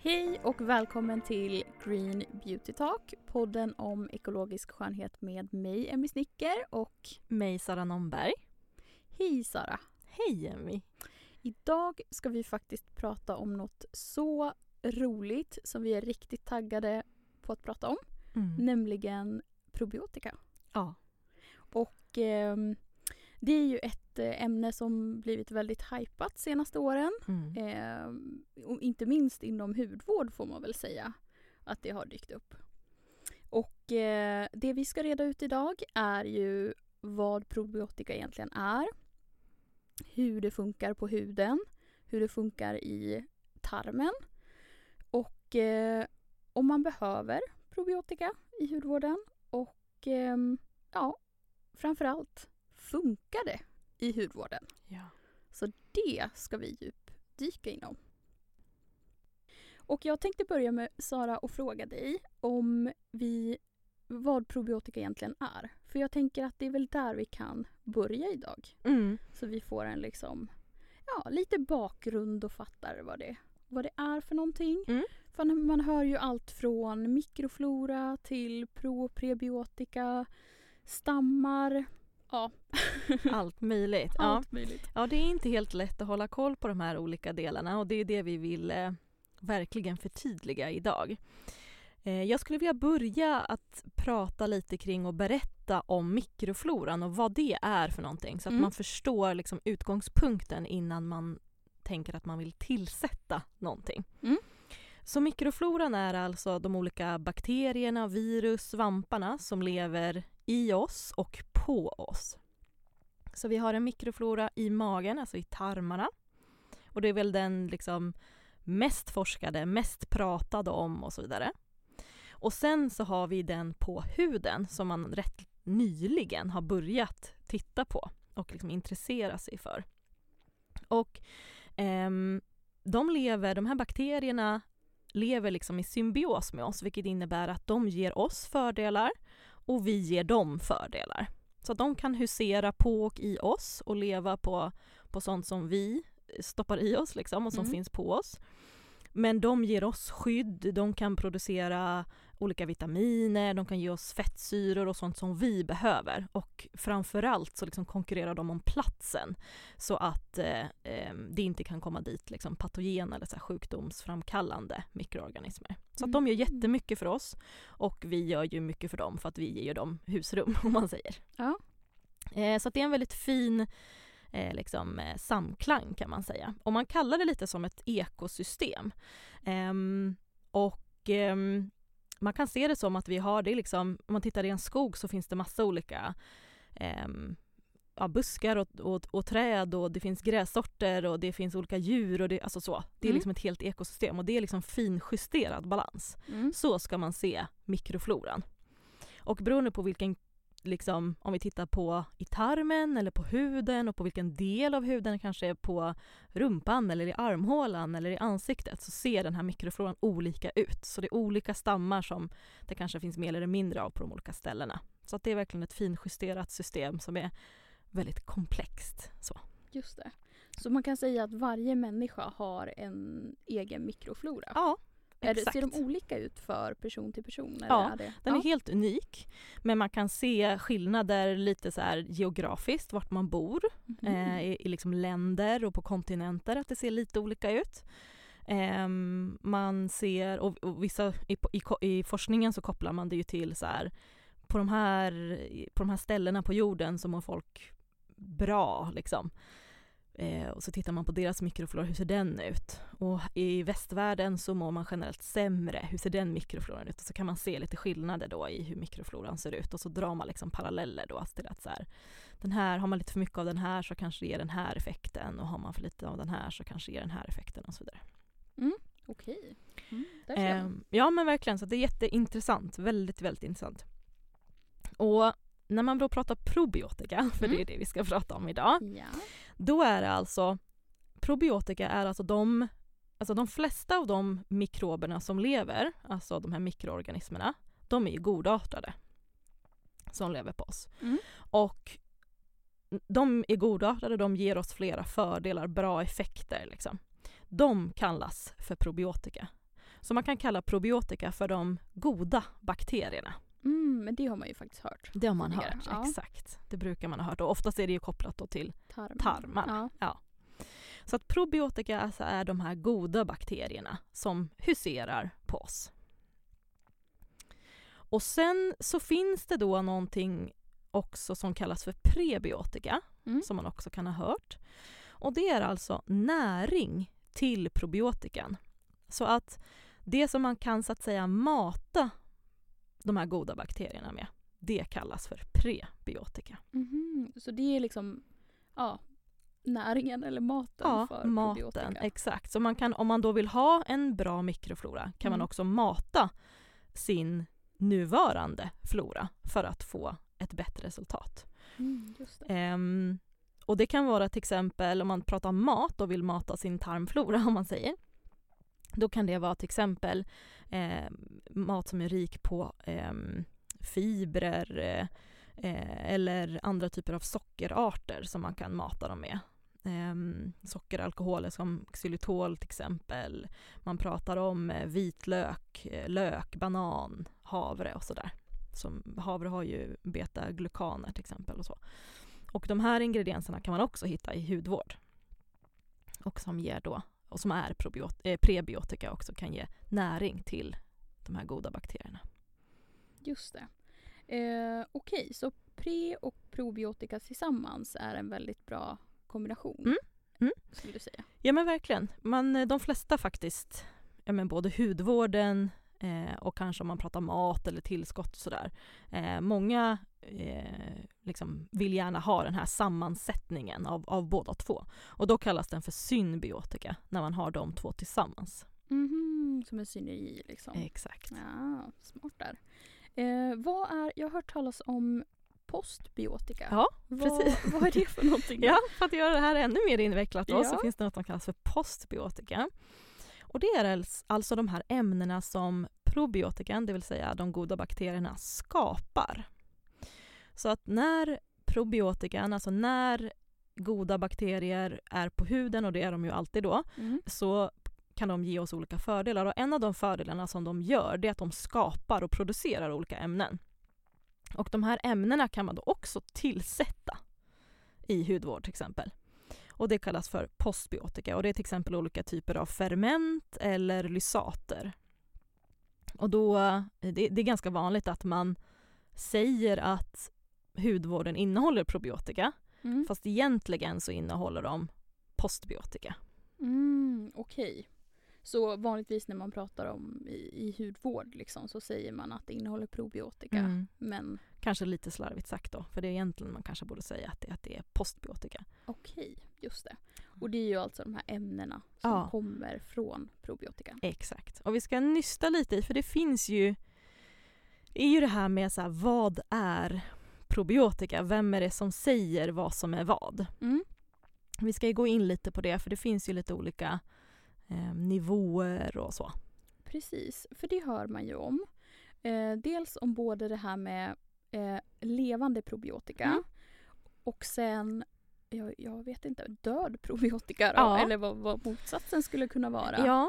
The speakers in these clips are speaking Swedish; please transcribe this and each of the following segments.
Hej och välkommen till Green Beauty Talk, podden om ekologisk skönhet med mig, Emmy Snicker, och mig, Sara Nomberg. Hej Sara. Hej Emmy. Idag ska vi faktiskt prata om något så roligt som vi är riktigt taggade på att prata om, nämligen probiotika. Ja. Och det är ju ett ämne som blivit väldigt hypat senaste åren. Och inte minst inom hudvård får man väl säga att det har dykt upp. Och det vi ska reda ut idag är ju vad probiotika egentligen är. Hur det funkar på huden. Hur det funkar i tarmen. Och om man behöver probiotika i hudvården. Och framförallt funkar det i hudvården. Ja. Så det ska vi djupdyka inom. Och jag tänkte börja med, Sara, och fråga dig om vad probiotika egentligen är. För jag tänker att det är väl där vi kan börja idag. Så vi får en lite bakgrund och fattar vad det är för någonting. För man hör ju allt från mikroflora till prebiotika, stammar. Ja. Allt möjligt. Allt möjligt. Ja, det är inte helt lätt att hålla koll på de här olika delarna och det är det vi vill verkligen förtydliga idag. Jag skulle vilja börja att prata lite kring och berätta om mikrofloran och vad det är för någonting så att man förstår liksom utgångspunkten innan man tänker att man vill tillsätta någonting. Så mikrofloran är alltså de olika bakterierna, virus, svamparna som lever i oss och på oss. Så vi har en mikroflora i magen, alltså i tarmarna. Och det är väl den liksom mest forskade, mest pratade om och så vidare. Och sen så har vi den på huden som man rätt nyligen har börjat titta på och liksom intressera sig för. Och de här bakterierna lever liksom i symbios med oss, vilket innebär att de ger oss fördelar och vi ger dem fördelar. Så att de kan husera på och i oss och leva på sånt som vi stoppar i oss liksom, och som finns på oss. Men de ger oss skydd, de kan producera olika vitaminer, de kan ge oss fettsyror och sånt som vi behöver. Och framförallt så liksom konkurrerar de om platsen så att det inte kan komma dit liksom patogena eller så här sjukdomsframkallande mikroorganismer. Så att de gör jättemycket för oss och vi gör ju mycket för dem för att vi ger dem husrum om man säger. Ja. Så att det är en väldigt fin samklang kan man säga. Och man kallar det lite som ett ekosystem. Man kan se det som att vi har det liksom, om man tittar i en skog så finns det massa olika buskar och träd och det finns grässorter och det finns olika djur och det är liksom ett helt ekosystem och det är liksom finjusterad balans. Så ska man se mikrofloran. Och beroende på vilken liksom, om vi tittar på i tarmen eller på huden och på vilken del av huden, kanske är på rumpan eller i armhålan eller i ansiktet, så ser den här mikrofloran olika ut. Så det är olika stammar som det kanske finns mer eller mindre av på de olika ställena. Så att det är verkligen ett finjusterat system som är väldigt komplext. Så. Just det. Så man kan säga att varje människa har en egen mikroflora? Ja. Exakt. Ser de olika ut för person till person? Eller ja, är det? Den är helt unik. Men man kan se skillnader lite så här geografiskt, vart man bor. I liksom länder och på kontinenter, att det ser lite olika ut. Man ser, och vissa i forskningen så kopplar man det ju till så här, på de här ställena på jorden så mår folk bra liksom. Och så tittar man på deras mikroflora, hur ser den ut? Och i västvärlden så mår man generellt sämre, hur ser den mikrofloran ut? Och så kan man se lite skillnader då i hur mikrofloran ser ut och så drar man liksom paralleller då till att så här, den här, har man lite för mycket av den här så kanske det ger den här effekten och har man för lite av den här så kanske det ger den här effekten och så vidare. Okej. Ja men verkligen, så det är jätteintressant, väldigt, väldigt intressant. Och när man då pratar probiotika, för det är det vi ska prata om idag, då är det alltså, probiotika är alltså de flesta av de mikroberna som lever, alltså de här mikroorganismerna, de är ju godartade som lever på oss. Och de är godartade, de ger oss flera fördelar, bra effekter liksom. De kallas för probiotika. Så man kan kalla probiotika för de goda bakterierna. Men det har man ju faktiskt hört. Det har man tidigare. hört, exakt. Det brukar man ha hört. Och oftast är det ju kopplat då till tarmarna. Ja. Så att probiotika alltså är de här goda bakterierna som huserar på oss. Och sen så finns det då någonting också som kallas för prebiotika, som man också kan ha hört. Och det är alltså näring till probiotikan. Så att det som man kan så att säga mata de här goda bakterierna med, det kallas för prebiotika. Så det är liksom näringen eller maten för probiotika? Ja, maten, exakt. Så man kan, om man då vill ha en bra mikroflora kan man också mata sin nuvarande flora för att få ett bättre resultat. Just det. Och det kan vara till exempel om man pratar mat och vill mata sin tarmflora om man säger. Då kan det vara till exempel mat som är rik på fibrer eller andra typer av sockerarter som man kan mata dem med. Sockeralkoholer som xylitol till exempel. Man pratar om vitlök, lök, banan, havre och sådär. Havre har ju beta-glukaner till exempel och så. Och de här ingredienserna kan man också hitta i hudvård. Och som ger då, och som är prebiotika också, kan ge näring till de här goda bakterierna. Just det. Okej, så pre- och probiotika tillsammans är en väldigt bra kombination, skulle du säga? Ja men verkligen. De flesta faktiskt, både hudvården och kanske om man pratar mat eller tillskott och sådär. Många liksom vill gärna ha den här sammansättningen av båda två. Och då kallas den för synbiotika när man har de två tillsammans. Som en synergi liksom. Exakt. Ja, smart där. Jag har hört talas om postbiotika. Ja, precis. Vad är det för någonting? Ja, för att göra det här ännu mer invecklat då, så finns det något som kallas för postbiotika. Och det är alltså de här ämnena som probiotikan, det vill säga de goda bakterierna, skapar. Så att när probiotikan, alltså när goda bakterier är på huden, och det är de ju alltid då, så kan de ge oss olika fördelar. Och en av de fördelarna som de gör, det är att de skapar och producerar olika ämnen. Och de här ämnena kan man då också tillsätta i hudvård till exempel. Och det kallas för postbiotika. Och det är till exempel olika typer av ferment eller lysater. Och då, det är ganska vanligt att man säger att hudvården innehåller probiotika. Fast egentligen så innehåller de postbiotika. Okej. Så vanligtvis när man pratar om i hudvård liksom, så säger man att det innehåller probiotika. Men kanske lite slarvigt sagt då. För det är egentligen man kanske borde säga att det är postbiotika. Okej, just det. Och det är ju alltså de här ämnena som kommer från probiotika. Exakt. Och vi ska nysta lite i, för det finns ju det här med så här, vad är probiotika? Vem är det som säger vad som är vad? Vi ska ju gå in lite på det, för det finns ju lite olika nivåer och så. Precis, för det hör man ju om. Dels om både det här med levande probiotika och sen, jag vet inte, död probiotika då, eller vad motsatsen skulle kunna vara. Ja.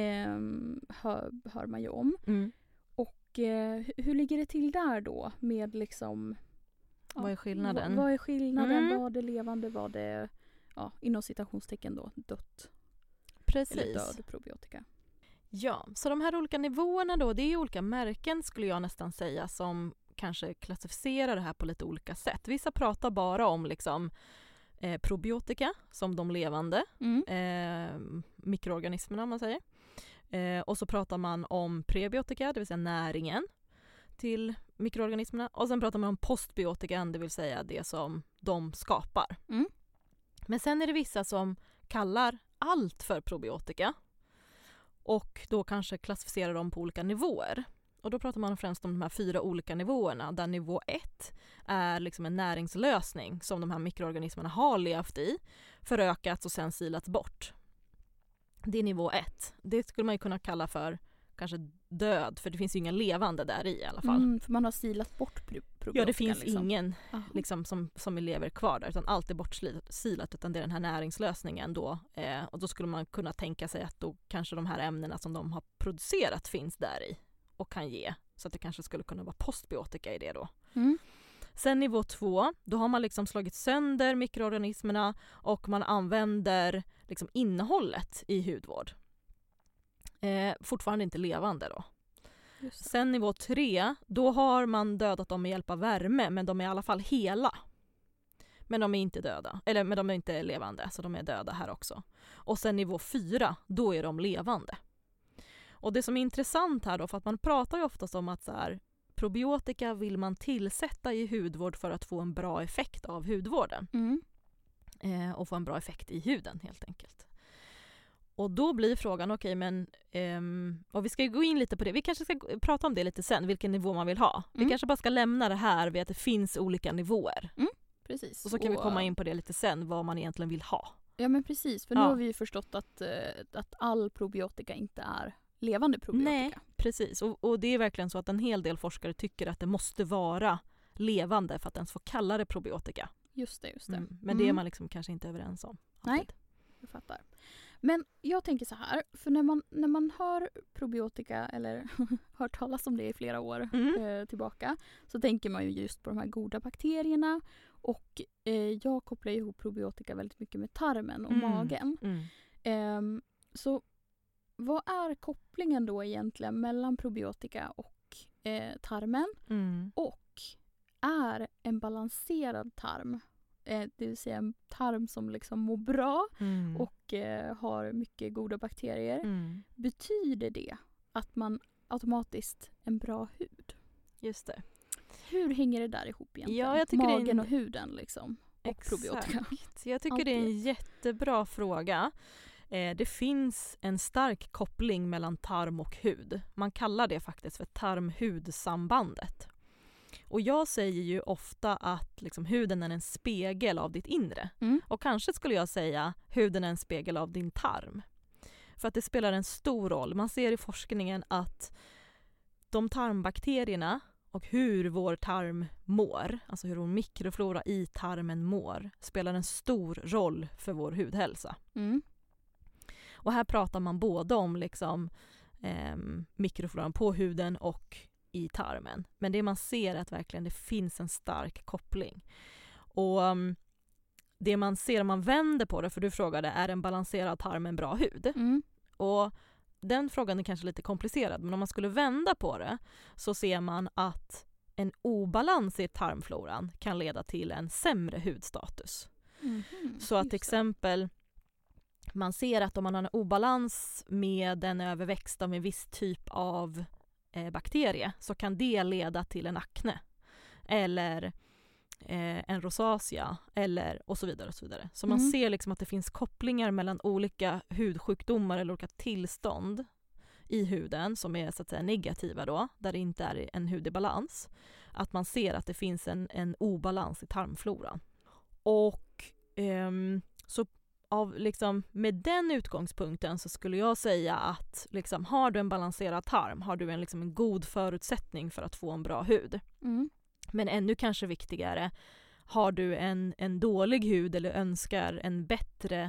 Hör man ju om. Och hur ligger det till där då med liksom... Vad är skillnaden? Vad är skillnaden? Vad är levande? Vad är inom citationstecken då dött? Precis. Eller död probiotika. Ja, så de här olika nivåerna då, det är olika märken skulle jag nästan säga som kanske klassificerar det här på lite olika sätt. Vissa pratar bara om liksom probiotika som de levande mikroorganismerna om man säger. Och så pratar man om prebiotika, det vill säga näringen till mikroorganismerna. Och sen pratar man om postbiotika, det vill säga det som de skapar. Men sen är det vissa som kallar allt för probiotika och då kanske klassificerar dem på olika nivåer. Och då pratar man främst om de här 4 olika nivåerna, där nivå 1 är liksom en näringslösning som de här mikroorganismerna har levt i, förökats och sen silats bort. Det är nivå 1. Det skulle man ju kunna kalla för kanske död, för det finns ju inga levande där i alla fall. För man har silat bort probiotika. Ja, det finns liksom. ingen liksom, som lever kvar där, utan allt är bortsilat, utan det är den här näringslösningen då. Och då skulle man kunna tänka sig att då kanske de här ämnena som de har producerat finns där i och kan ge. Så att det kanske skulle kunna vara postbiotika i det då. Sen nivå 2, då har man liksom slagit sönder mikroorganismerna och man använder liksom innehållet i hudvård. Fortfarande inte levande då. Sen nivå 3, då har man dödat dem med hjälp av värme, men de är i alla fall hela. Men de är inte döda, eller men de är inte levande, så de är döda här också. Och sen nivå 4, då är de levande. Och det som är intressant här då, för att man pratar ju oftast om att så här, probiotika vill man tillsätta i hudvård för att få en bra effekt av hudvården. Och få en bra effekt i huden helt enkelt. Och då blir frågan, och vi ska gå in lite på det. Vi kanske ska prata om det lite sen, vilken nivå man vill ha. Vi kanske bara ska lämna det här vid att det finns olika nivåer. Precis. Och så kan vi komma in på det lite sen, vad man egentligen vill ha. Ja, men precis. För nu har vi ju förstått att all probiotika inte är levande probiotika. Nej, precis. Och det är verkligen så att en hel del forskare tycker att det måste vara levande för att ens få kalla det probiotika. Just det. Men det är man liksom kanske inte överens om. Nej, jag fattar. Men jag tänker så här, för när man hör probiotika eller hört talas om det i flera år tillbaka, så tänker man ju just på de här goda bakterierna, och jag kopplar ihop probiotika väldigt mycket med tarmen och magen. Så vad är kopplingen då egentligen mellan probiotika och tarmen? Och är en balanserad tarm, det vill säga en tarm som liksom mår bra och har mycket goda bakterier, betyder det att man automatiskt en bra hud? Just det. Hur hänger det där ihop egentligen? Ja, jag tycker magen och huden liksom. Och exakt. Probiotika. Jag tycker det är en jättebra fråga. Det finns en stark koppling mellan tarm och hud. Man kallar det faktiskt för tarm-hudsambandet. Och jag säger ju ofta att liksom, huden är en spegel av ditt inre. Och kanske skulle jag säga huden är en spegel av din tarm. För att det spelar en stor roll. Man ser i forskningen att de tarmbakterierna och hur vår tarm mår, alltså hur vår mikroflora i tarmen mår, spelar en stor roll för vår hudhälsa. Och här pratar man både om liksom, mikrofloran på huden och i tarmen. Men det man ser är att verkligen det finns en stark koppling. Och det man ser om man vänder på det, för du frågade, är en balanserad tarm en bra hud? Och den frågan är kanske lite komplicerad, men om man skulle vända på det så ser man att en obalans i tarmfloran kan leda till en sämre hudstatus. Så att till exempel man ser att om man har en obalans med en överväxt av en viss typ av bakterie, så kan det leda till en akne eller en rosacea eller och så vidare och så vidare. Så man ser liksom att det finns kopplingar mellan olika hudsjukdomar eller olika tillstånd i huden som är så att säga negativa då, där det inte är en hud i balans. Att man ser att det finns en obalans i tarmfloran. Och så av, liksom, med den utgångspunkten så skulle jag säga att liksom, har du en balanserad tarm, har du en god förutsättning för att få en bra hud. Men ännu kanske viktigare, har du en dålig hud eller önskar en bättre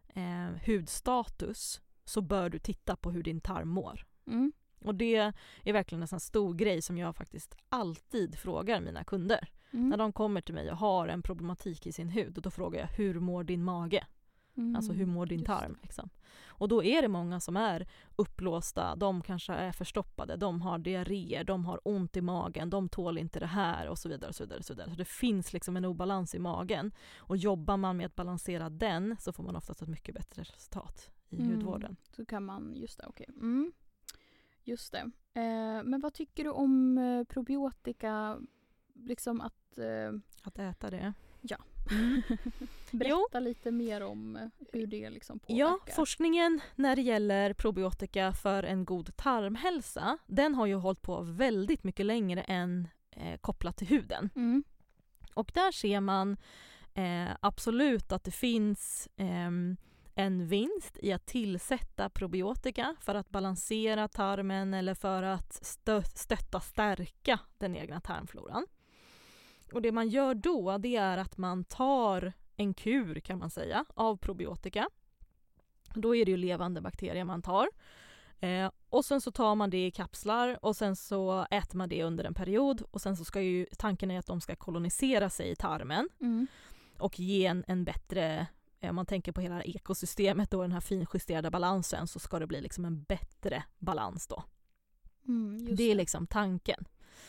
hudstatus, så bör du titta på hur din tarm mår. Och det är verkligen en sån stor grej som jag faktiskt alltid frågar mina kunder. När de kommer till mig och har en problematik i sin hud, och då frågar jag, hur mår din mage? Alltså hur mår din tarm? Liksom. Och då är det många som är uppblåsta, de kanske är förstoppade, de har diarréer, de har ont i magen, de tål inte det här och så vidare. Och så vidare, och så vidare. Så det finns liksom en obalans i magen. Och jobbar man med att balansera den, så får man oftast ett mycket bättre resultat i hudvården. Så kan man, just det, okej. Just det. Men vad tycker du om probiotika, liksom att äta det? Ja. Berätta lite mer om hur det liksom påverkar. Ja, forskningen när det gäller probiotika för en god tarmhälsa, den har ju hållit på väldigt mycket längre än kopplat till huden. Och där ser man absolut att det finns en vinst i att tillsätta probiotika för att balansera tarmen eller för att stärka den egna tarmfloran. Och det man gör då, det är att man tar en kur, kan man säga, av probiotika. Då är det ju levande bakterier man tar. Och sen så tar man det i kapslar och sen så äter man det under en period. Och sen så ska ju tanken är att de ska kolonisera sig i tarmen och ge en bättre, om man tänker på hela ekosystemet och den här finjusterade balansen, så ska det bli liksom en bättre balans då. Det är liksom tanken.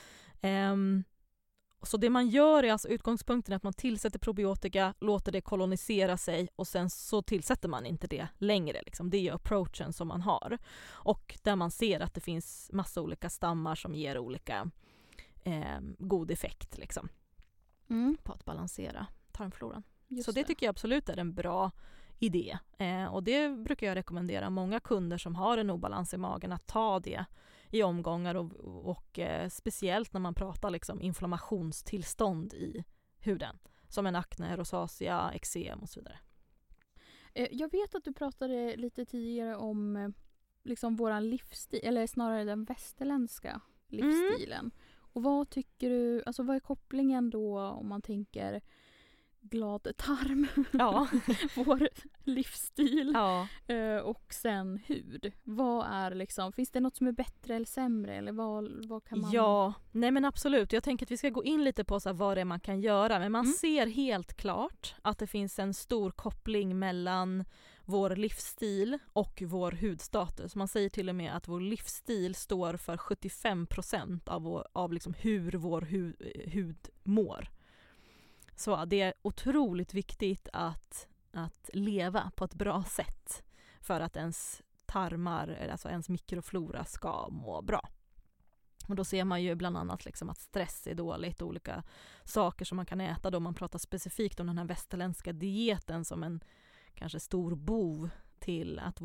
Så det man gör är alltså utgångspunkten att man tillsätter probiotika, låter det kolonisera sig och sen så tillsätter man inte det längre. Liksom. Det är ju approachen som man har. Och där man ser att det finns massa olika stammar som ger olika god effekt liksom, på att balansera tarmfloran. Så det tycker jag absolut är en bra idé. Och det brukar jag rekommendera många kunder som har en obalans i magen att ta det i omgångar och speciellt när man pratar liksom inflammationstillstånd i huden. Som en akne, rosacea, eksem och så vidare. Jag vet att du pratade lite tidigare om liksom våran livsstil, eller snarare den västerländska livsstilen. Och vad tycker du, alltså vad är kopplingen då om man tänker glad tarm, vår livsstil och sen hud. Vad är liksom, finns det något som är bättre eller sämre eller vad kan man... Ja, nej men absolut. Jag tänker att vi ska gå in lite på så här, vad det är man kan göra. Men man ser helt klart att det finns en stor koppling mellan vår livsstil och vår hudstatus. Man säger till och med att vår livsstil står för 75% av liksom hur vår hud mår. Så det är otroligt viktigt att leva på ett bra sätt för att ens tarmar, alltså ens mikroflora ska må bra. Och då ser man ju bland annat liksom att stress är dåligt och olika saker som man kan äta då. Man pratar specifikt om den här västerländska dieten som en kanske stor bov till att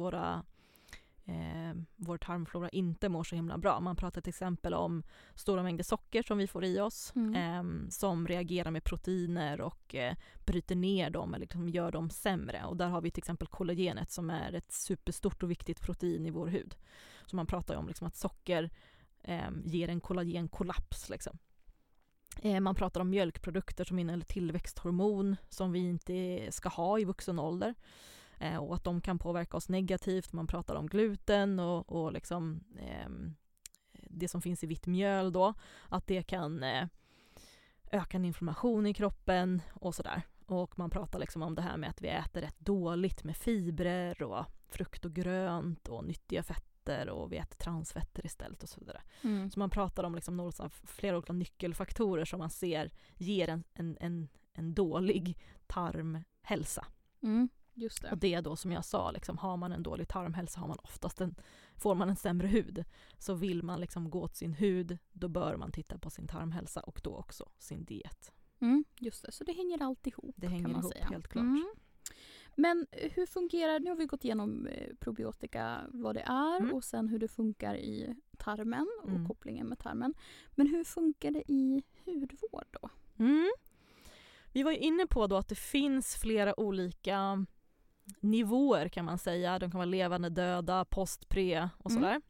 vår tarmflora inte mår så himla bra. Man pratar till exempel om stora mängder socker som vi får i oss som reagerar med proteiner och bryter ner dem eller liksom gör dem sämre. Och där har vi till exempel kollagenet som är ett superstort och viktigt protein i vår hud. Så man pratar om liksom att socker ger en kollagenkollaps. Liksom. Man pratar om mjölkprodukter som innehåller tillväxthormon som vi inte ska ha i vuxen ålder. Och att de kan påverka oss negativt. Man pratar om gluten och liksom, det som finns i vitt mjöl då. Att det kan öka en inflammation i kroppen och sådär. Och man pratar liksom om det här med att vi äter rätt dåligt med fibrer och frukt och grönt och nyttiga fetter och vi äter transfetter istället och så vidare. Så man pratar om liksom flera olika nyckelfaktorer som man ser ger en dålig tarmhälsa. Just det. Och det är då som jag sa, liksom, har man en dålig tarmhälsa har man oftast får man en sämre hud. Så vill man liksom gå åt sin hud, då bör man titta på sin tarmhälsa och då också sin diet. Just det, så det hänger alltid ihop. Det hänger ihop, säga. helt klart. Men hur fungerar, nu har vi gått igenom probiotika, vad det är och sen hur det funkar i tarmen och kopplingen med tarmen. Men hur funkar det i hudvård då? Vi var ju inne på då att det finns flera olika nivåer kan man säga. De kan vara levande, döda, post, pre och sådär.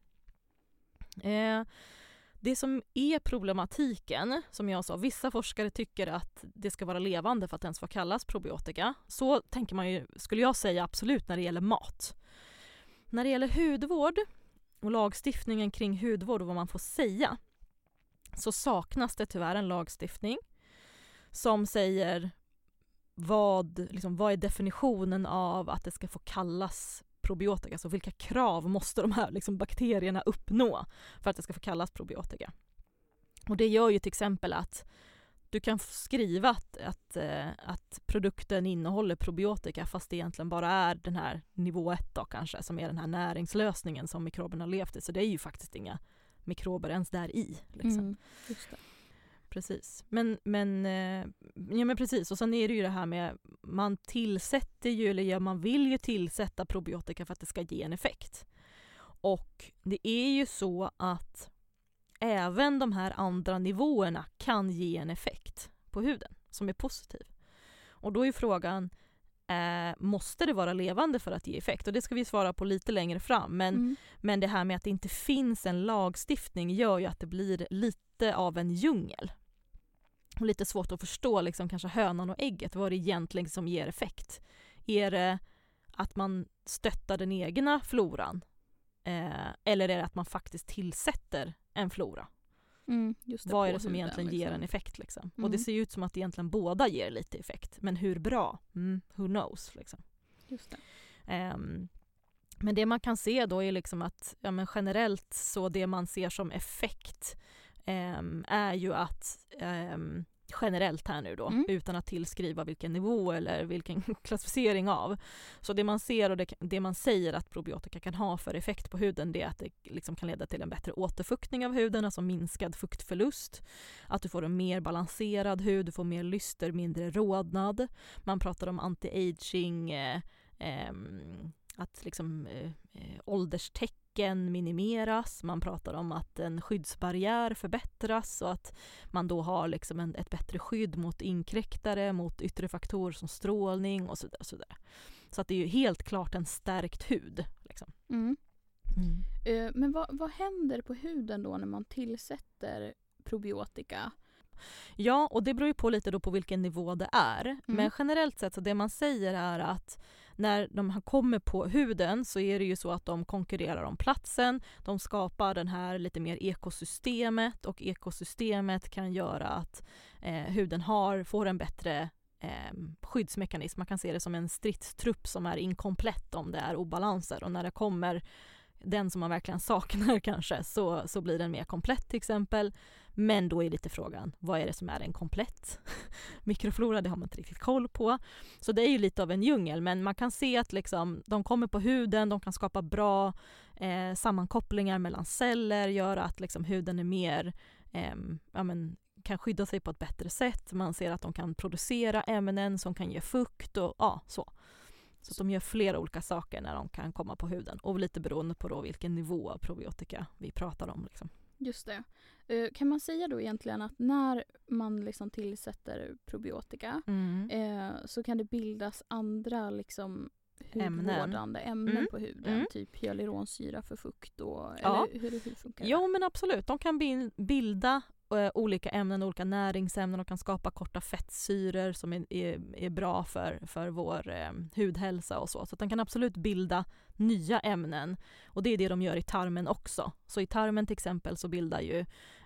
Det som är problematiken, som jag sa, vissa forskare tycker att det ska vara levande för att ens få kallas probiotika. Så tänker man ju, skulle jag säga absolut när det gäller mat. När det gäller hudvård och lagstiftningen kring hudvård och vad man får säga, så saknas det tyvärr en lagstiftning som säger vad är definitionen av att det ska få kallas probiotika. Så vilka krav måste de här liksom bakterierna uppnå för att det ska få kallas probiotika. Och det gör ju till exempel att du kan skriva att produkten innehåller probiotika fast det egentligen bara är den här nivå 1 då kanske, som är den här näringslösningen som mikroberna har levt i. Så det är ju faktiskt inga mikrober ens där i. Liksom. Just det. Precis. Men precis. Och sen är det ju det här med man tillsätter ju, eller man vill ju tillsätta probiotika för att det ska ge en effekt. Och det är ju så att även de här andra nivåerna kan ge en effekt på huden som är positiv. Och då är frågan, måste det vara levande för att ge effekt? Och det ska vi svara på lite längre fram. Men det här med att det inte finns en lagstiftning gör ju att det blir lite av en djungel. Och lite svårt att förstå liksom, kanske hönan och ägget, vad det egentligen som ger effekt. Är det att man stöttar den egna floran? Eller är det att man faktiskt tillsätter en flora? Just det, vad är det som egentligen ger en effekt? Liksom? Och det ser ju ut som att egentligen båda ger lite effekt. Men hur bra? Who knows? Liksom. Just det. Men det man kan se då är liksom att generellt så det man ser som effekt är ju att generellt här nu då, utan att tillskriva vilken nivå eller vilken klassificering av. Så det man ser och det man säger att probiotika kan ha för effekt på huden, det är att det liksom kan leda till en bättre återfuktning av huden, alltså minskad fuktförlust. Att du får en mer balanserad hud, du får mer lyster, mindre rodnad. Man pratar om anti-aging, att liksom ålderstecken minimeras. Man pratar om att en skyddsbarriär förbättras och att man då har liksom ett bättre skydd mot inkräktare, mot yttre faktorer som strålning och så vidare. Och så vidare. Så att det är ju helt klart en stärkt hud. Liksom. Men vad händer på huden då när man tillsätter probiotika? Ja, och det beror ju på lite då på vilken nivå det är. Men generellt sett så det man säger är att när de kommer på huden så är det ju så att de konkurrerar om platsen. De skapar den här lite mer ekosystemet och ekosystemet kan göra att huden får en bättre skyddsmekanism. Man kan se det som en stridstrupp som är inkomplett om det är obalanser. Och när det kommer den som man verkligen saknar kanske så blir den mer komplett till exempel. Men då är lite frågan, vad är det som är en komplett mikroflora? Det har man inte riktigt koll på. Så det är ju lite av en djungel, men man kan se att liksom, de kommer på huden, de kan skapa bra sammankopplingar mellan celler, göra att liksom, huden är mer kan skydda sig på ett bättre sätt. Man ser att de kan producera ämnen som kan ge fukt och så. Så de gör flera olika saker när de kan komma på huden. Och lite beroende på då vilken nivå av probiotika vi pratar om. Liksom. Just det. Kan man säga då egentligen att när man liksom tillsätter probiotika så kan det bildas andra liksom hudvårdande ämnen på huden? Typ hyaluronsyra för fukt eller hur funkar det? Jo men absolut. De kan bilda olika ämnen, olika näringsämnen och kan skapa korta fettsyror som är bra för vår hudhälsa och så. Så de kan absolut bilda nya ämnen och det är det de gör i tarmen också. Så i tarmen till exempel så bildar ju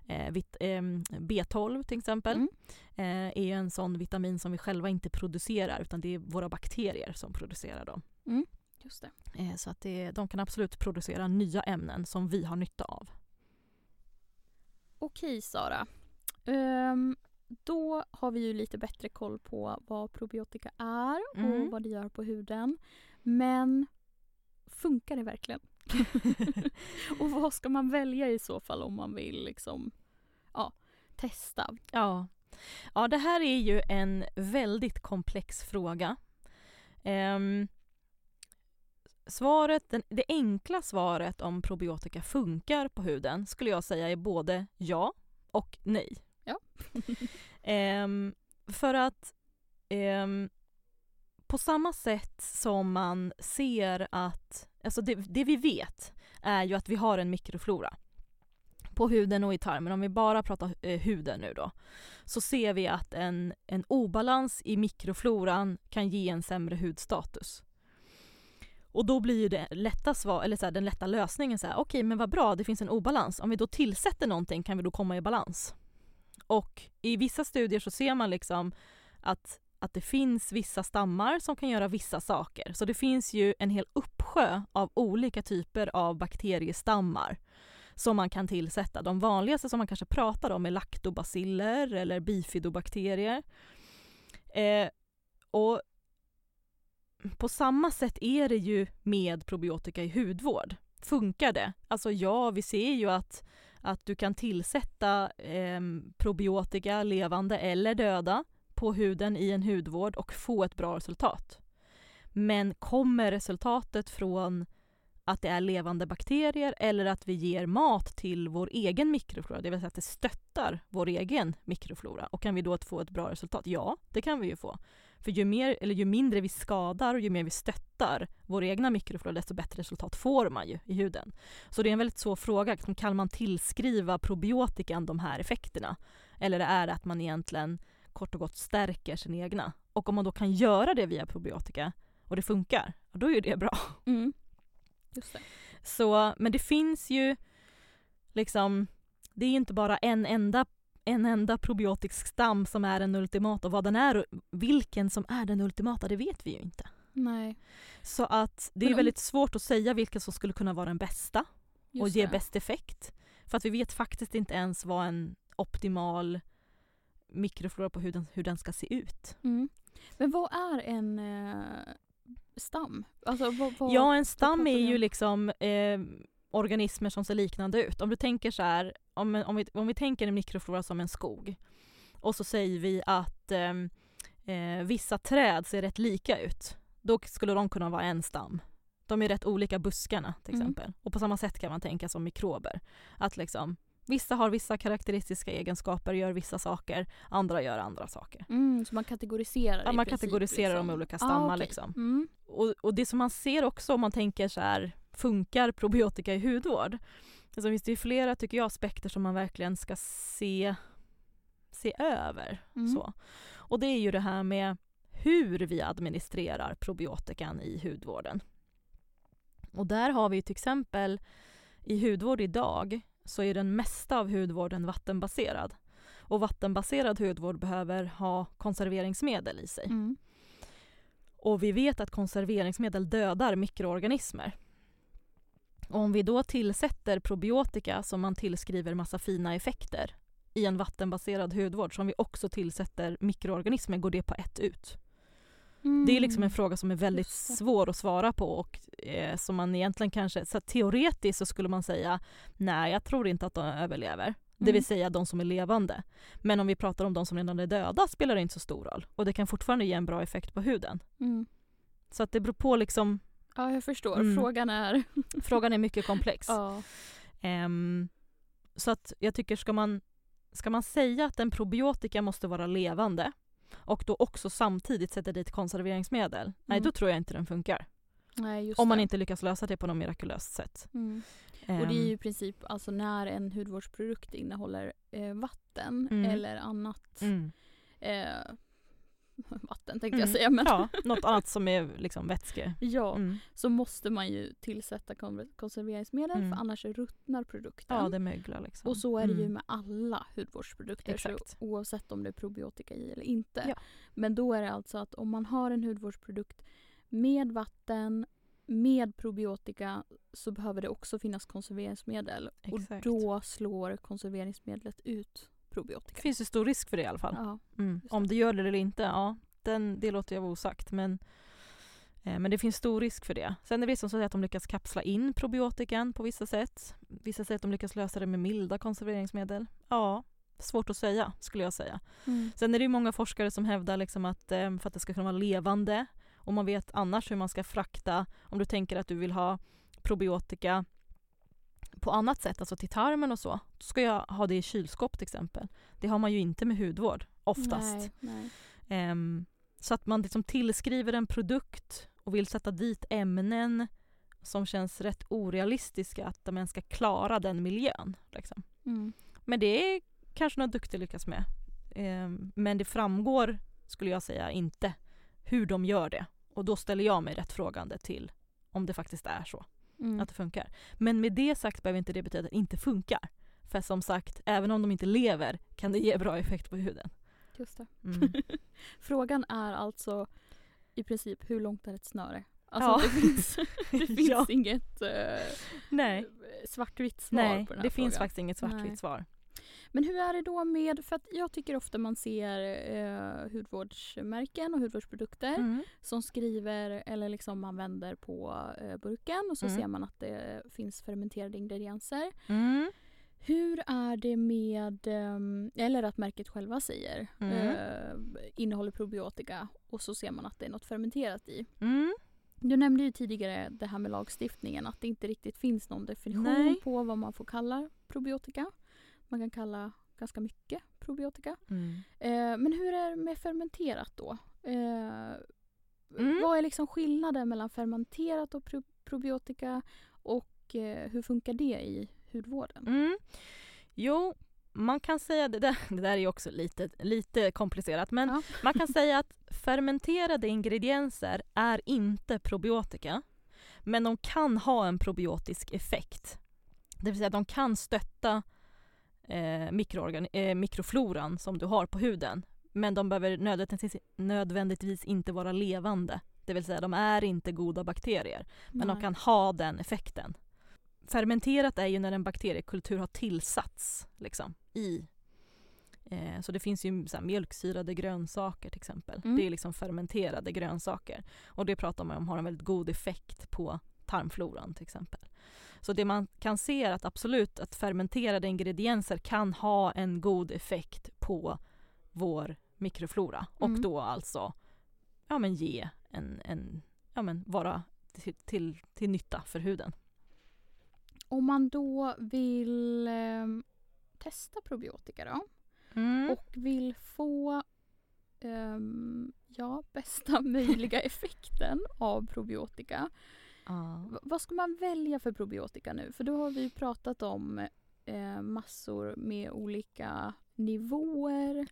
B12 till exempel är ju en sån vitamin som vi själva inte producerar utan det är våra bakterier som producerar dem. Just det. Så att de kan absolut producera nya ämnen som vi har nytta av. Okej Sara, då har vi ju lite bättre koll på vad probiotika är och vad det gör på huden. Men funkar det verkligen? Och vad ska man välja i så fall om man vill liksom, testa? Ja, det här är ju en väldigt komplex fråga. Det enkla svaret om probiotika funkar på huden skulle jag säga är både ja och nej. Ja. För att på samma sätt som man ser att, alltså det vi vet är ju att vi har en mikroflora på huden och i tarmen. Om vi bara pratar huden nu då, så ser vi att en obalans i mikrofloran kan ge en sämre hudstatus. Och då blir ju det den lätta lösningen så här: okej, men vad bra, det finns en obalans. Om vi då tillsätter någonting kan vi då komma i balans. Och i vissa studier så ser man liksom att det finns vissa stammar som kan göra vissa saker. Så det finns ju en hel uppsjö av olika typer av bakteriestammar som man kan tillsätta. De vanligaste som man kanske pratar om är lactobaciller eller bifidobakterier. Och på samma sätt är det ju med probiotika i hudvård. Funkar det? Alltså ja, vi ser ju att du kan tillsätta probiotika, levande eller döda, på huden i en hudvård och få ett bra resultat. Men kommer resultatet från att det är levande bakterier eller att vi ger mat till vår egen mikroflora, det vill säga att det stöttar vår egen mikroflora, och kan vi då få ett bra resultat? Ja, det kan vi ju få. För ju mindre vi skadar och ju mer vi stöttar vår egna mikroflora, desto bättre resultat får man ju i huden. Så det är en väldigt svår fråga. Kan man tillskriva probiotikan de här effekterna? Eller är det att man egentligen kort och gott stärker sin egna? Och om man då kan göra det via probiotika och det funkar, då är det bra. Mm. Just det. Så, men det finns ju liksom, det är ju inte bara en enda probiotisk stam som är den ultimata, och vad den är och vilken som är den ultimata, det vet vi ju inte. Nej. Så att det är väldigt svårt att säga vilken som skulle kunna vara den bästa och ge bäst effekt. För att vi vet faktiskt inte ens vad en optimal mikroflora på huden, hur den ska se ut. Mm. Men vad är en stam? Alltså, en stam är ju liksom organismer som ser liknande ut. Om du tänker så här, om vi tänker en mikroflora som en skog, och så säger vi att vissa träd ser rätt lika ut, då skulle de kunna vara en stam. De är rätt olika buskarna till exempel. Och på samma sätt kan man tänka som mikrober. Att liksom, vissa har vissa karaktäristiska egenskaper, gör vissa saker, andra gör andra saker. Så man kategoriserar man princip, kategoriserar liksom. De olika stammar. Okay. Liksom. Och det som man ser också om man tänker så här, funkar probiotika i hudvård? Alltså finns det ju flera, tycker jag, aspekter som man verkligen ska se över. Så. Och det är ju det här med hur vi administrerar probiotikan i hudvården. Och där har vi till exempel i hudvård idag så är den mesta av hudvården vattenbaserad. Och vattenbaserad hudvård behöver ha konserveringsmedel i sig. Och vi vet att konserveringsmedel dödar mikroorganismer. Och om vi då tillsätter probiotika som man tillskriver massa fina effekter i en vattenbaserad hudvård som vi också tillsätter mikroorganismer, går det på ett ut. Det är liksom en fråga som är väldigt svår att svara på och som man egentligen kanske, så teoretiskt så skulle man säga nej, jag tror inte att de överlever. Det vill säga de som är levande. Men om vi pratar om de som redan är döda spelar det inte så stor roll. Och det kan fortfarande ge en bra effekt på huden. Så att det beror på liksom. Ja, jag förstår. Frågan är mycket komplex. Ja. Så att jag tycker ska man säga att en probiotika måste vara levande och då också samtidigt sätta dit konserveringsmedel. Nej, då tror jag inte den funkar. Nej, just om man inte lyckas lösa det på något mirakulöst sätt. Och det är ju i princip alltså när en hudvårdsprodukt innehåller vatten eller annat vatten tänkte jag säga. Men ja, något annat som är liksom vätske. Ja, så måste man ju tillsätta konserveringsmedel för annars ruttnar produkten. Ja, det möglar liksom. Och så är det ju med alla hudvårdsprodukter. Så oavsett om det är probiotika i eller inte. Ja. Men då är det alltså att om man har en hudvårdsprodukt med vatten, med probiotika, så behöver det också finnas konserveringsmedel. Exakt. Och då slår konserveringsmedlet ut probiotika. Det finns ju stor risk för det i alla fall. Ja, om det gör det eller inte, ja, det låter jag vara osagt. Men det finns stor risk för det. Sen är det som säger att de lyckas kapsla in probiotikan på vissa sätt. Vissa sätt de lyckas lösa det med milda konserveringsmedel. Ja, svårt att säga skulle jag säga. Sen är det ju många forskare som hävdar liksom att för att det ska kunna vara levande, och man vet annars hur man ska frakta, om du tänker att du vill ha probiotika på annat sätt, alltså till tarmen och så, då ska jag ha det i kylskåp till exempel. Det har man ju inte med hudvård, oftast. Nej. Så att man liksom tillskriver en produkt och vill sätta dit ämnen som känns rätt orealistiska, att man ska klara den miljön. Liksom. Men det är kanske något duktigt lyckas med. Men det framgår, skulle jag säga, inte hur de gör det. Och då ställer jag mig rätt frågande till om det faktiskt är så. Att det funkar. Men med det sagt behöver inte det betyda att det inte funkar. För som sagt, även om de inte lever kan det ge bra effekt på huden. Just det. Frågan är alltså i princip hur långt är ett snöre? Alltså det finns inget svartvitt svar på den här frågan. Det finns faktiskt inget svartvitt svar. Men hur är det då med, för att jag tycker ofta man ser hudvårdsmärken och hudvårdsprodukter som skriver, eller liksom man vänder på burken och så ser man att det finns fermenterade ingredienser. Hur är det med, eller att märket själva säger, innehåller probiotika och så ser man att det är något fermenterat i. Du nämnde ju tidigare det här med lagstiftningen, att det inte riktigt finns någon definition på vad man får kalla probiotika. Man kan kalla ganska mycket probiotika. Men hur är det med fermenterat då? Vad är liksom skillnaden mellan fermenterat och probiotika och hur funkar det i hudvården? Jo, man kan säga, det där är ju också lite komplicerat, men man kan säga att fermenterade ingredienser är inte probiotika, men de kan ha en probiotisk effekt. Det vill säga att de kan stötta mikrofloran som du har på huden, men de behöver nödvändigtvis inte vara levande. Det vill säga de är inte goda bakterier, men de kan ha den effekten. Fermenterat är ju när en bakteriekultur har tillsatts liksom, i. Så det finns ju så här, mjölksyrade grönsaker till exempel. Det är liksom fermenterade grönsaker. Och det pratar man om har en väldigt god effekt på tarmfloran till exempel. Så det man kan se är att absolut att fermenterade ingredienser kan ha en god effekt på vår mikroflora. Och då alltså ge vara till nytta för huden. Om man då vill testa probiotika då och vill få bästa möjliga effekten av probiotika. Vad ska man välja för probiotika nu? För då har vi pratat om massor med olika nivåer,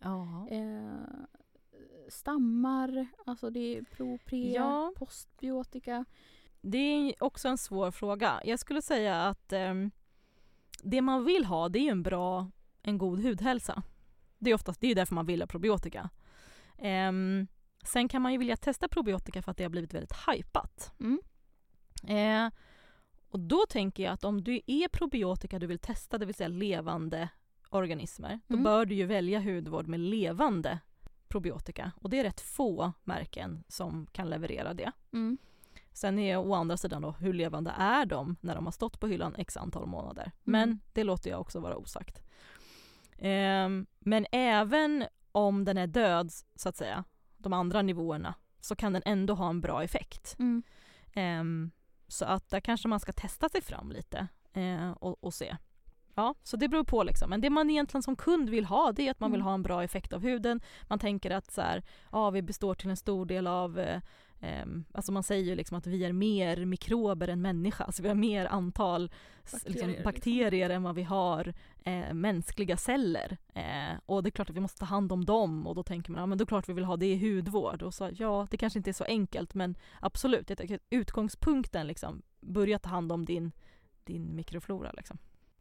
stammar, alltså det är pro, postbiotika. Det är också en svår fråga. Jag skulle säga att det man vill ha, det är en god hudhälsa. Det är därför man vill ha probiotika. Sen kan man ju vilja testa probiotika för att det har blivit väldigt hypat. Och då tänker jag att om du är probiotika du vill testa, det vill säga levande organismer, då bör du ju välja hudvård med levande probiotika. Och det är rätt få märken som kan leverera det. Sen är å andra sidan då, hur levande är de när de har stått på hyllan x antal månader? Men det låter jag också vara osagt. Men även om den är död, så att säga, de andra nivåerna, så kan den ändå ha en bra effekt. Så att där kanske man ska testa sig fram lite och se. Ja, så det beror på liksom. Men det man egentligen som kund vill ha, det är att man vill ha en bra effekt av huden. Man tänker att så här, vi består till en stor del av alltså man säger ju liksom att vi är mer mikrober än människa. Alltså vi har mer antal bakterier än vad vi har mänskliga celler. Och det är klart att vi måste ta hand om dem. Och då tänker man, men då är klart vi vill ha det i hudvård. Och så, det kanske inte är så enkelt, men absolut. Jag tycker att utgångspunkten liksom, börja ta hand om din mikroflora liksom.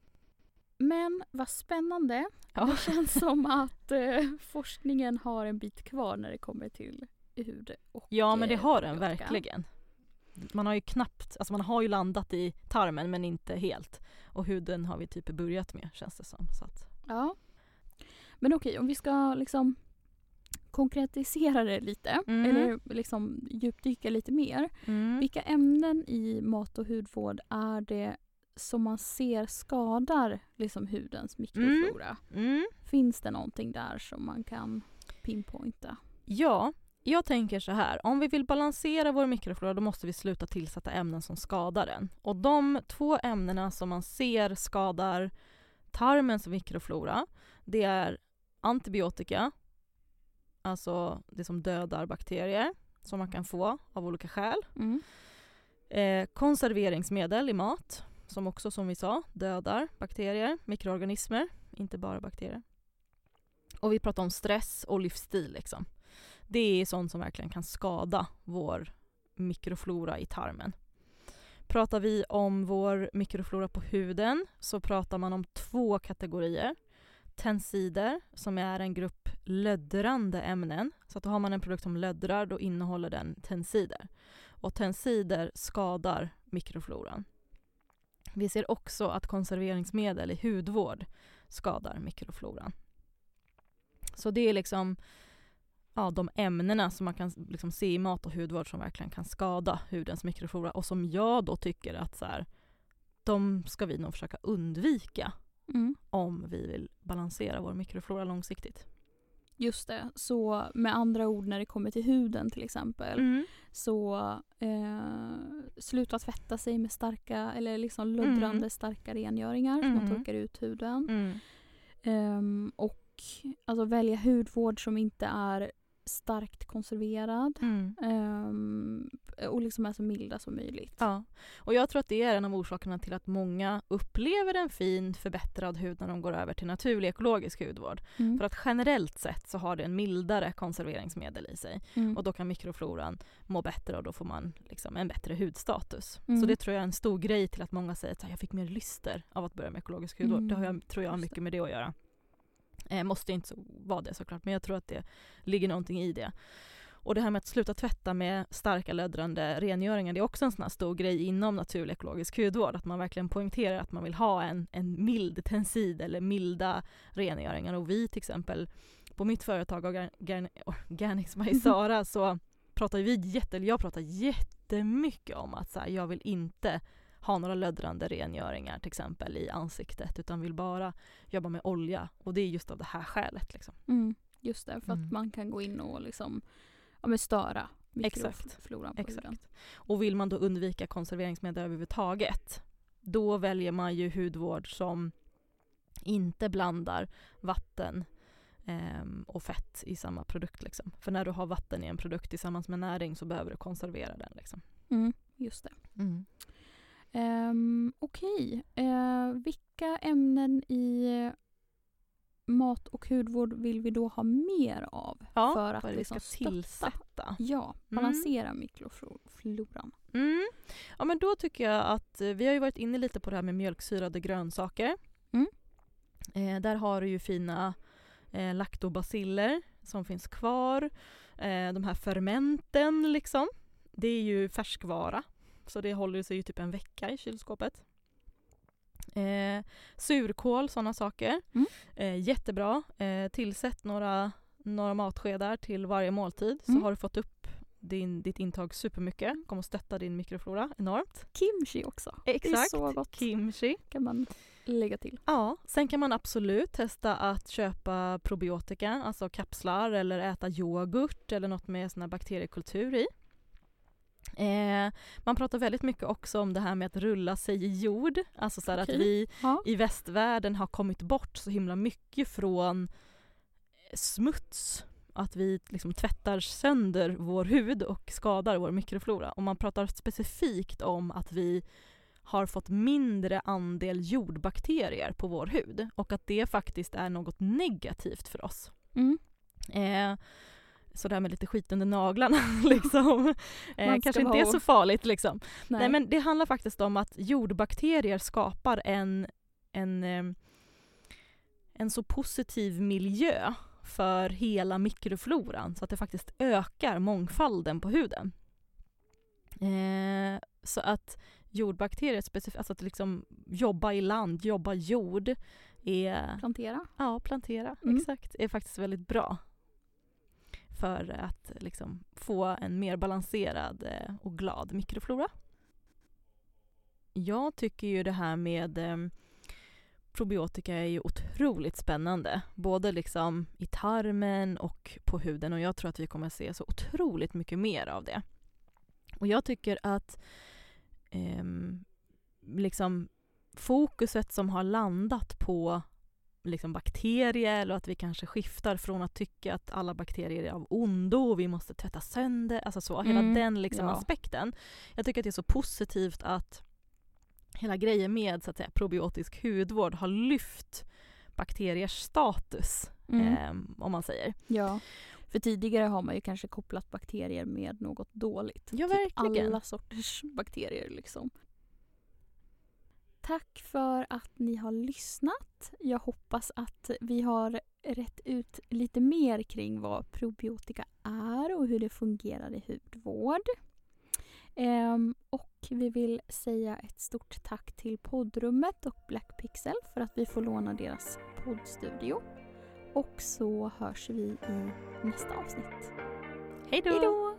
Men vad spännande. Det känns som att forskningen har en bit kvar när det kommer till hud och men det har den verkligen. Man har ju man har ju landat i tarmen men inte helt. Och huden har vi typ börjat med, känns det som. Så att. Ja. Men okej, om vi ska liksom konkretisera det lite eller liksom djupdyka lite mer. Vilka ämnen i mat- och hudvård är det som man ser skadar liksom hudens mikroflora? Finns det någonting där som man kan pinpointa? Ja, jag tänker så här. Om vi vill balansera vår mikroflora, då måste vi sluta tillsätta ämnen som skadar den. Och de 2 ämnena som man ser skadar tarmens mikroflora, det är antibiotika, alltså det som dödar bakterier som man kan få av olika skäl. Konserveringsmedel i mat, som också, som vi sa, dödar bakterier, mikroorganismer, inte bara bakterier. Och vi pratar om stress och livsstil liksom. Det är sånt som verkligen kan skada vår mikroflora i tarmen. Pratar vi om vår mikroflora på huden så pratar man om 2 kategorier. Tensider, som är en grupp löddrande ämnen. Så att har man en produkt som löddrar, då innehåller den tensider. Och tensider skadar mikrofloran. Vi ser också att konserveringsmedel i hudvård skadar mikrofloran. Så det är liksom de ämnena som man kan liksom se i mat- och hudvård som verkligen kan skada hudens mikroflora. Och som jag då tycker att så här, de ska vi nog försöka undvika om vi vill balansera vår mikroflora långsiktigt. Just det. Så med andra ord, när det kommer till huden till exempel, så sluta tvätta sig med starka eller liksom löddrande starka rengöringar så man torkar ut huden. Och alltså välja hudvård som inte är starkt konserverad. Och liksom är så milda som möjligt. Ja, och jag tror att det är en av orsakerna till att många upplever en fin förbättrad hud när de går över till naturlig ekologisk hudvård. För att generellt sett så har det en mildare konserveringsmedel i sig. Och då kan mikrofloran må bättre och då får man liksom en bättre hudstatus. Så det tror jag är en stor grej till att många säger att jag fick mer lyster av att börja med ekologisk hudvård. Det tror jag har mycket med det att göra. Måste inte så vara det såklart, men jag tror att det ligger någonting i det. Och det här med att sluta tvätta med starka löddrande rengöringar, det är också en sån här stor grej inom naturlig ekologisk hudvård. Att man verkligen poängterar att man vill ha en mild tensid eller milda rengöringar. Och vi till exempel, på mitt företag Organics by Sara, så pratar jag pratar jättemycket om att så här, jag vill inte ha några löddrande rengöringar till exempel i ansiktet, utan vill bara jobba med olja. Och det är just av det här skälet. Liksom. Just det, för att man kan gå in och liksom, störa mikrofloran på huden. Och vill man då undvika konserveringsmedel överhuvudtaget, då väljer man ju hudvård som inte blandar vatten och fett i samma produkt. Liksom. För när du har vatten i en produkt tillsammans med näring så behöver du konservera den. Liksom. Just det. Okej. Vilka ämnen i mat- och hudvård vill vi då ha mer av? För att liksom tillsätta. Balansera mikrofloran. Ja, men då tycker jag att vi har ju varit inne lite på det här med mjölksyrade grönsaker. Där har du ju fina laktobaciller som finns kvar. De här fermenten liksom. Det är ju färskvara. Så det håller sig ju typ en vecka i kylskåpet. Surkål, sådana saker. Jättebra. Tillsätt några matskedar till varje måltid. Så har du fått upp ditt intag supermycket. Kommer att stötta din mikroflora enormt. Kimchi också. Exakt. Det är så gott. Kimchi. Kan man lägga till. Ja, sen kan man absolut testa att köpa probiotika. Alltså kapslar eller äta yoghurt eller något med sån här bakteriekultur i. Man pratar väldigt mycket också om det här med att rulla sig i jord. Alltså så här att vi i västvärlden har kommit bort så himla mycket från smuts. Att vi liksom tvättar sönder vår hud och skadar vår mikroflora. Och man pratar specifikt om att vi har fått mindre andel jordbakterier på vår hud. Och att det faktiskt är något negativt för oss. Så där med lite skit under naglarna liksom. Kanske inte är så farligt liksom. Nej, men det handlar faktiskt om att jordbakterier skapar en så positiv miljö för hela mikrofloran så att det faktiskt ökar mångfalden på huden. Så att jordbakterier specifikt, alltså att liksom jobba i land, jobba jord är... Plantera? Ja, plantera, exakt. Är faktiskt väldigt bra. För att liksom få en mer balanserad och glad mikroflora. Jag tycker ju det här med probiotika är ju otroligt spännande. Både liksom i tarmen och på huden. Och jag tror att vi kommer att se så otroligt mycket mer av det. Och jag tycker att liksom fokuset som har landat på liksom bakterier och att vi kanske skiftar från att tycka att alla bakterier är av ondo och vi måste tvätta sönder, alltså så, hela den liksom aspekten. Jag tycker att det är så positivt att hela grejen med så att säga probiotisk hudvård har lyft bakteriers status, om man säger. Ja, för tidigare har man ju kanske kopplat bakterier med något dåligt. Ja, typ verkligen. Alla sorters bakterier liksom. Tack för att ni har lyssnat. Jag hoppas att vi har rätt ut lite mer kring vad probiotika är och hur det fungerar i hudvård. Och vi vill säga ett stort tack till poddrummet och Black Pixel för att vi får låna deras poddstudio. Och så hörs vi i nästa avsnitt. Hej då!